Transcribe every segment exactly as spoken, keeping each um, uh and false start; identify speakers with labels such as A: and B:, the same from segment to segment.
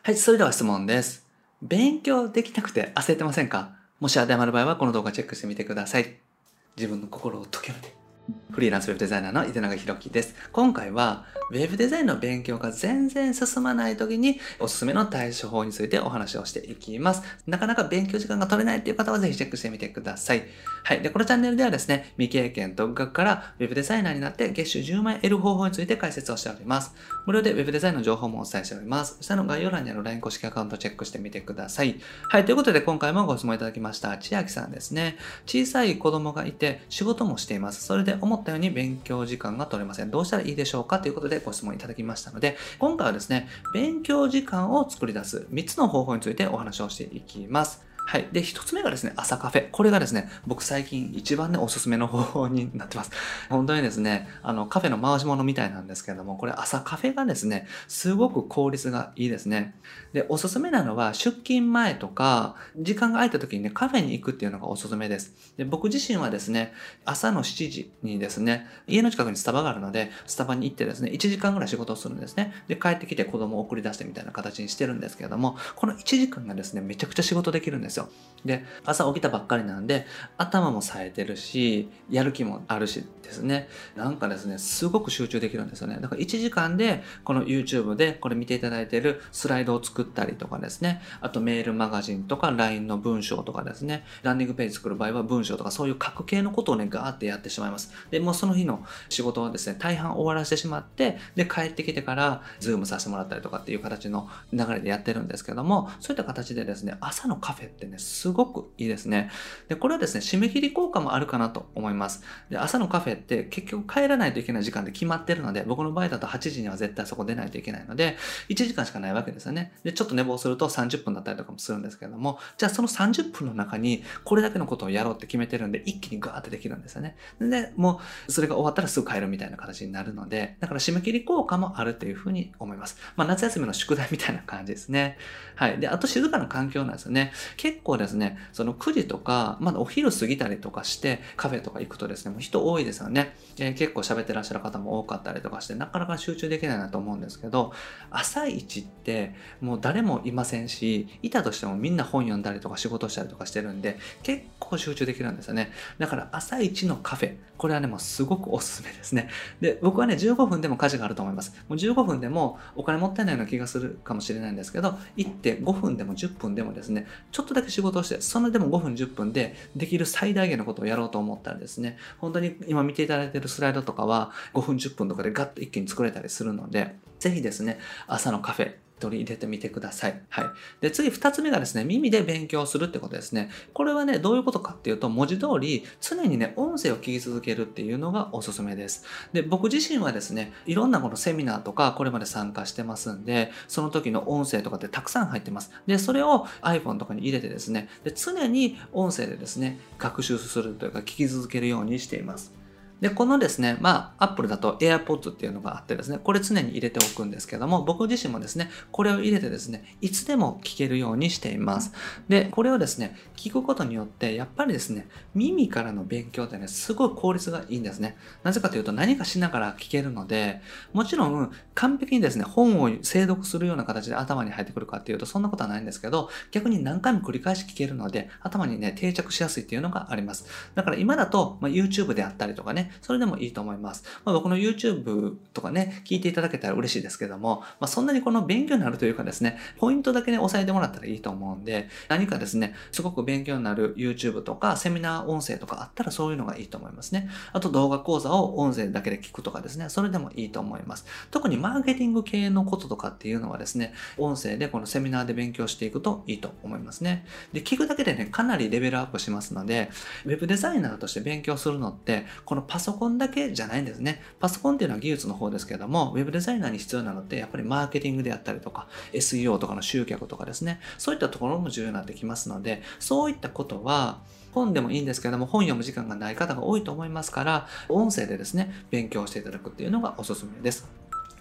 A: はい、それでは質問です。勉強できなくて焦ってませんか？もし当てはまる場合はこの動画チェックしてみてください。自分の心を解けるね。フリーランスウェブデザイナーの井手永弘樹です。今回はウェブデザインの勉強が全然進まない時におすすめの対処法についてお話をしていきます。なかなか勉強時間が取れないっていう方はぜひチェックしてみてください。はい。で、このチャンネルではですね、未経験独学からウェブデザイナーになって月収じゅうまん円得る方法について解説をしております。無料でウェブデザインの情報もお伝えしております。下の概要欄にある ライン 公式アカウントをチェックしてみてください。はい。ということで今回もご質問いただきました千秋さんですね。小さい子供がいて仕事もしています。それで思ったように勉強時間が取れません。どうしたらいいでしょうかということでご質問いただきましたので、今回はですね、勉強時間を作り出すみっつの方法についてお話をしていきます。はい。で、一つ目がですね、朝カフェ。これがですね、僕最近一番ね、おすすめの方法になってます。本当にですね、あの、カフェの回し物みたいなんですけれども、これ朝カフェがですね、すごく効率がいいですね。で、おすすめなのは、出勤前とか、時間が空いた時にね、カフェに行くっていうのがおすすめです。で、僕自身はですね、朝のしちじにですね、家の近くにスタバがあるので、スタバに行ってですね、いちじかんぐらい仕事をするんですね。で、帰ってきて子供を送り出してみたいな形にしてるんですけれども、このいちじかんがですね、めちゃくちゃ仕事できるんですよ。で、朝起きたばっかりなんで、頭も冴えてるし、やる気もあるしですね。なんかですね、すごく集中できるんですよね。だからいちじかんで、この YouTube でこれ見ていただいているスライドを作ったりとかですね、あとメールマガジンとか ライン の文章とかですね、ランディングページ作る場合は文章とかそういう書く系のことをね、ガーってやってしまいます。で、もうその日の仕事をですね、大半終わらせてしまって、で、帰ってきてから、ズームさせてもらったりとかっていう形の流れでやってるんですけども、そういった形でですね、朝のカフェってね、すごくいいですね。で、これはですね、締め切り効果もあるかなと思います。で、朝のカフェって結局帰らないといけない時間で決まってるので、僕の場合だとはちじには絶対そこ出ないといけないので、いちじかんしかないわけですよね。で、ちょっと寝坊するとさんじゅっぷんだったりとかもするんですけども、じゃあそのさんじゅっぷんの中にこれだけのことをやろうって決めてるんで、一気にガーってできるんですよね。で、もうそれが終わったらすぐ帰るみたいな形になるので、だから締め切り効果もあるというふうに思います。まあ夏休みの宿題みたいな感じですね。はい。で、あと静かな環境なんですよね。結構ですね、そのくじとか、まだお昼過ぎたりとかして、カフェとか行くとですね、もう人多いですよね。えー、結構喋ってらっしゃる方も多かったりとかして、なかなか集中できないなと思うんですけど、朝一ってもう誰もいませんし、いたとしてもみんな本読んだりとか仕事したりとかしてるんで、結構集中できるんですよね。だから朝一のカフェ、これはね、もうすごくおすすめですね。で、僕はね、じゅうごふんでも価値があると思います。もうじゅうごふんでもお金もったいないような気がするかもしれないんですけど、行ってごふんでもじゅっぷんでもですね、ちょっとだけ仕事をして、それでもごふんじゅっぷんでできる最大限のことをやろうと思ったらですね、本当に今見ていただいているスライドとかはごふんじゅっぷんとかでガッと一気に作れたりするので、ぜひですね、朝のカフェ、取り入れてみてください。はい。で、次二つ目がですね、耳で勉強するってことですね。これはね、どういうことかっていうと、文字通り常にね、音声を聞き続けるっていうのがおすすめです。で、僕自身はですね、いろんなこのセミナーとか、これまで参加してますんで、その時の音声とかってたくさん入ってます。で、それを iPhone とかに入れてですね、で常に音声でですね、学習するというか、聞き続けるようにしています。で、このですね、まあ、Apple だと AirPods っていうのがあってですね、これ常に入れておくんですけども、僕自身もですね、これを入れてですね、いつでも聞けるようにしています。で、これをですね、聞くことによって、やっぱりですね、耳からの勉強ってね、すごい効率がいいんですね。なぜかというと、何かしながら聞けるので、もちろん、完璧にですね、本を精読するような形で頭に入ってくるかっていうと、そんなことはないんですけど、逆に何回も繰り返し聞けるので、頭にね、定着しやすいっていうのがあります。だから今だと、まあ、YouTube であったりとかね、それでもいいと思います。まあ、僕の YouTube とかね、聞いていただけたら嬉しいですけども、まあ、そんなにこの勉強になるというかですね、ポイントだけね、押さえてもらったらいいと思うんで、何かですね、すごく勉強になる YouTube とか、セミナー音声とかあったらそういうのがいいと思いますね。あと動画講座を音声だけで聞くとかですね、それでもいいと思います。特にマーケティング系のこととかっていうのはですね、音声でこのセミナーで勉強していくといいと思いますね。で、聞くだけでね、かなりレベルアップしますので、ウェブデザイナーとして勉強するのって、このパソコンだけじゃないんですね。パソコンっていうのは技術の方ですけども、ウェブデザイナーに必要なのって、やっぱりマーケティングであったりとか、エスイーオー とかの集客とかですね、そういったところも重要になってきますので、そういったことは、本でもいいんですけども、本読む時間がない方が多いと思いますから、音声でですね、勉強していただくっていうのがおすすめです。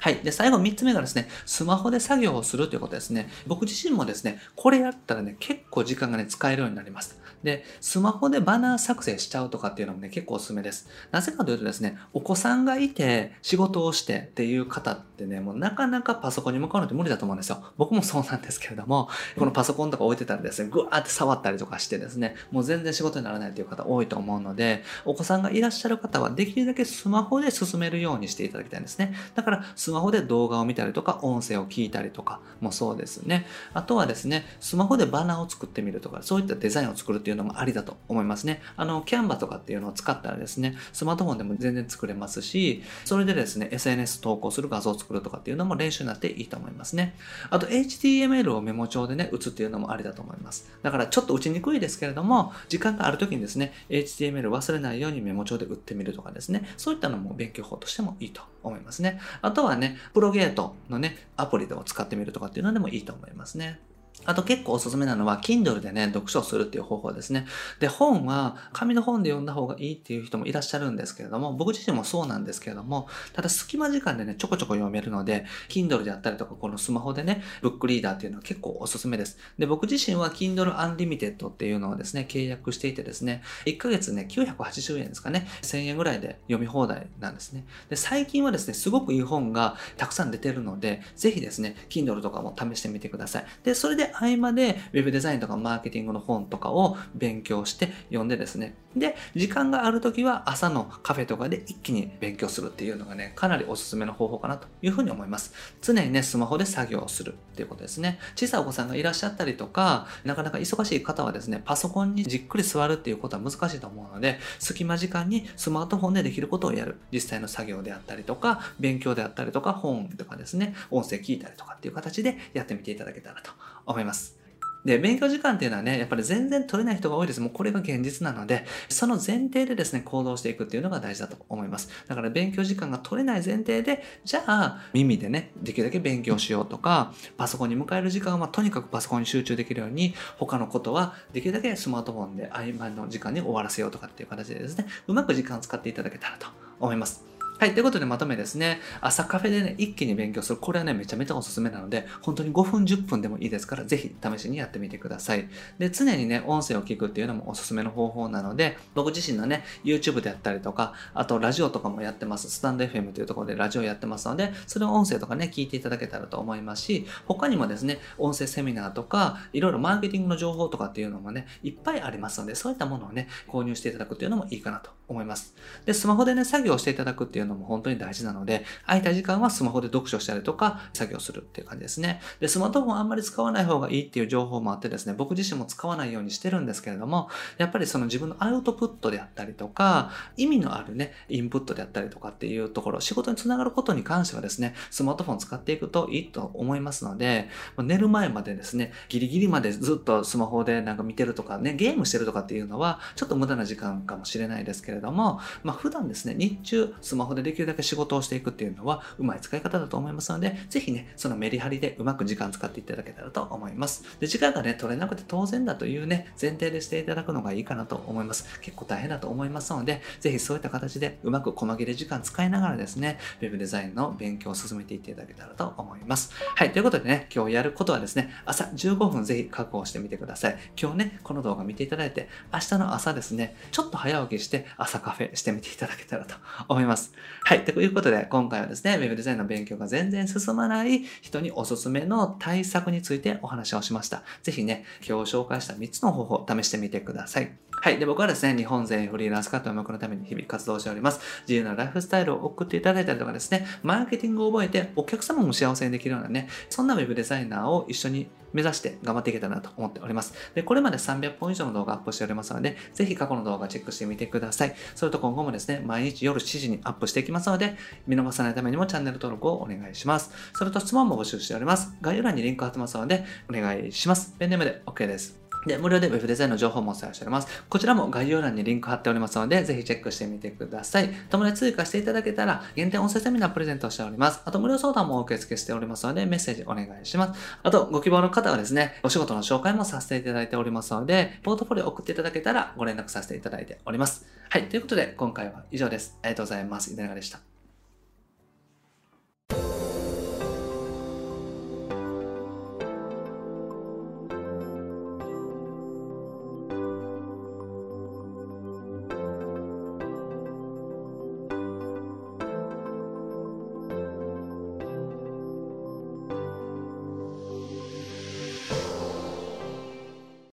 A: はい。で、最後みっつめがですね、スマホで作業をするということですね。僕自身もですね、これやったらね、結構時間がね、使えるようになります。で、スマホでバナー作成しちゃうとかっていうのもね、結構おすすめです。なぜかというとですね、お子さんがいて、仕事をしてっていう方ってね、もうなかなかパソコンに向かうのって無理だと思うんですよ。僕もそうなんですけれども、このパソコンとか置いてたらですね、ぐわーって触ったりとかしてですね、もう全然仕事にならないという方多いと思うので、お子さんがいらっしゃる方はできるだけスマホで進めるようにしていただきたいんですね。だから、スマホで動画を見たりとか、音声を聞いたりとかもそうですね。あとはですね、スマホでバナーを作ってみるとか、そういったデザインを作るっていうのもありだと思いますね。あの、キャンバとかっていうのを使ったらですね、スマートフォンでも全然作れますし、それでですね、エスエヌエス 投稿する画像を作るとかっていうのも練習になっていいと思いますね。あと、エイチティーエムエル をメモ帳でね、打つっていうのもありだと思います。だからちょっと打ちにくいですけれども、時間がある時にですね、エイチティーエムエル 忘れないようにメモ帳で打ってみるとかですね、そういったのも勉強法としてもいいと思いますね。あとはね、プロゲートのね、アプリを使ってみるとかっていうのでもいいと思いますね。あと結構おすすめなのは Kindle でね、読書をするっていう方法ですね。で、本は紙の本で読んだ方がいいっていう人もいらっしゃるんですけれども、僕自身もそうなんですけれども、ただ隙間時間でね、ちょこちょこ読めるので、Kindle であったりとか、このスマホでね、ブックリーダーっていうのは結構おすすめです。で、僕自身は Kindle Unlimited っていうのをですね、契約していてですね、いっかげつね、きゅうひゃくはちじゅうえんですかね、せんえんぐらいで読み放題なんですね。で、最近はですね、すごくいい本がたくさん出てるので、ぜひですね、Kindle とかも試してみてください。で、それで合間で Web デザインとかマーケティングの本とかを勉強して読んでですね、で、時間があるときは朝のカフェとかで一気に勉強するっていうのがね、かなりおすすめの方法かなというふうに思います。常にね、スマホで作業をするっていうことですね。小さいお子さんがいらっしゃったりとか、なかなか忙しい方はですね、パソコンにじっくり座るっていうことは難しいと思うので、隙間時間にスマートフォンでできることをやる。実際の作業であったりとか、勉強であったりとか、本とかですね、音声聞いたりとかっていう形でやってみていただけたらと思います。で、勉強時間っていうのはね、やっぱり全然取れない人が多いです。もうこれが現実なので、その前提でですね、行動していくっていうのが大事だと思います。だから勉強時間が取れない前提で、じゃあ耳でね、できるだけ勉強しようとか、パソコンに迎える時間はとにかくパソコンに集中できるように、他のことはできるだけスマートフォンで合間の時間に終わらせようとかっていう形でですね、うまく時間を使っていただけたらと思います。はい。ということでまとめですね。朝カフェでね、一気に勉強する。これはね、めちゃめちゃおすすめなので、本当にごふん、じゅっぷんでもいいですから、ぜひ試しにやってみてください。で、常にね、音声を聞くっていうのもおすすめの方法なので、僕自身のね、YouTube であったりとか、あとラジオとかもやってます。スタンド エフエム というところでラジオやってますので、それを音声とかね、聞いていただけたらと思いますし、他にもですね、音声セミナーとか、いろいろマーケティングの情報とかっていうのもね、いっぱいありますので、そういったものをね、購入していただくっていうのもいいかなと思います。で、スマホでね、作業していただくっていうのも本当に大事なので、空いた時間はスマホで読書したりとか、作業するっていう感じですね。で、スマートフォンあんまり使わない方がいいっていう情報もあってですね、僕自身も使わないようにしてるんですけれども、やっぱりその自分のアウトプットであったりとか、意味のあるね、インプットであったりとかっていうところ、仕事につながることに関してはですね、スマートフォン使っていくといいと思いますので、寝る前までですね、ギリギリまでずっとスマホでなんか見てるとかね、ゲームしてるとかっていうのは、ちょっと無駄な時間かもしれないですけれども、まあ普段ですね、日中スマホでできるだけ仕事をしていくっていうのは、うまい使い方だと思いますので、ぜひね、そのメリハリでうまく時間使っていただけたらと思います。で、時間がね、取れなくて当然だというね、前提でしていただくのがいいかなと思います。結構大変だと思いますので、ぜひそういった形でうまく細切れ時間使いながらですね、ウェブデザインの勉強を進めていっていただけたらと思います。はい、ということでね、今日やることはですね、朝じゅうごふんぜひ確保してみてください。今日ね、この動画見ていただいて、明日の朝ですね、ちょっと早起きして朝カフェしてみていただけたらと思います。はい、ということで今回はですね、ウェブデザインの勉強が全然進まない人におすすめの対策についてお話をしました。ぜひね、今日紹介したみっつの方法を試してみてください。はい。で、僕はですね、日本全員フリーランス化という目のために日々活動しております。自由なライフスタイルを送っていただいたりとかですね、マーケティングを覚えてお客様も幸せにできるようなね、そんなウェブデザイナーを一緒に目指して頑張っていけたらなと思っております。で、これまでさんびゃっぽん以上の動画アップしておりますので、ぜひ過去の動画チェックしてみてください。それと今後もですね、毎日夜しちじにアップしていきますので、見逃さないためにもチャンネル登録をお願いします。それと質問も募集しております。概要欄にリンク貼ってますので、お願いします。ペンネームで OK です。で、無料で Web デザインの情報もお伝えしております。こちらも概要欄にリンク貼っておりますので、ぜひチェックしてみてください。友達追加していただけたら、限定音声セミナープレゼントしております。あと、無料相談もお受け付けしておりますので、メッセージお願いします。あと、ご希望の方はですね、お仕事の紹介もさせていただいておりますので、ポートフォリオ送っていただけたらご連絡させていただいております。はい、ということで、今回は以上です。ありがとうございます。井出永でした。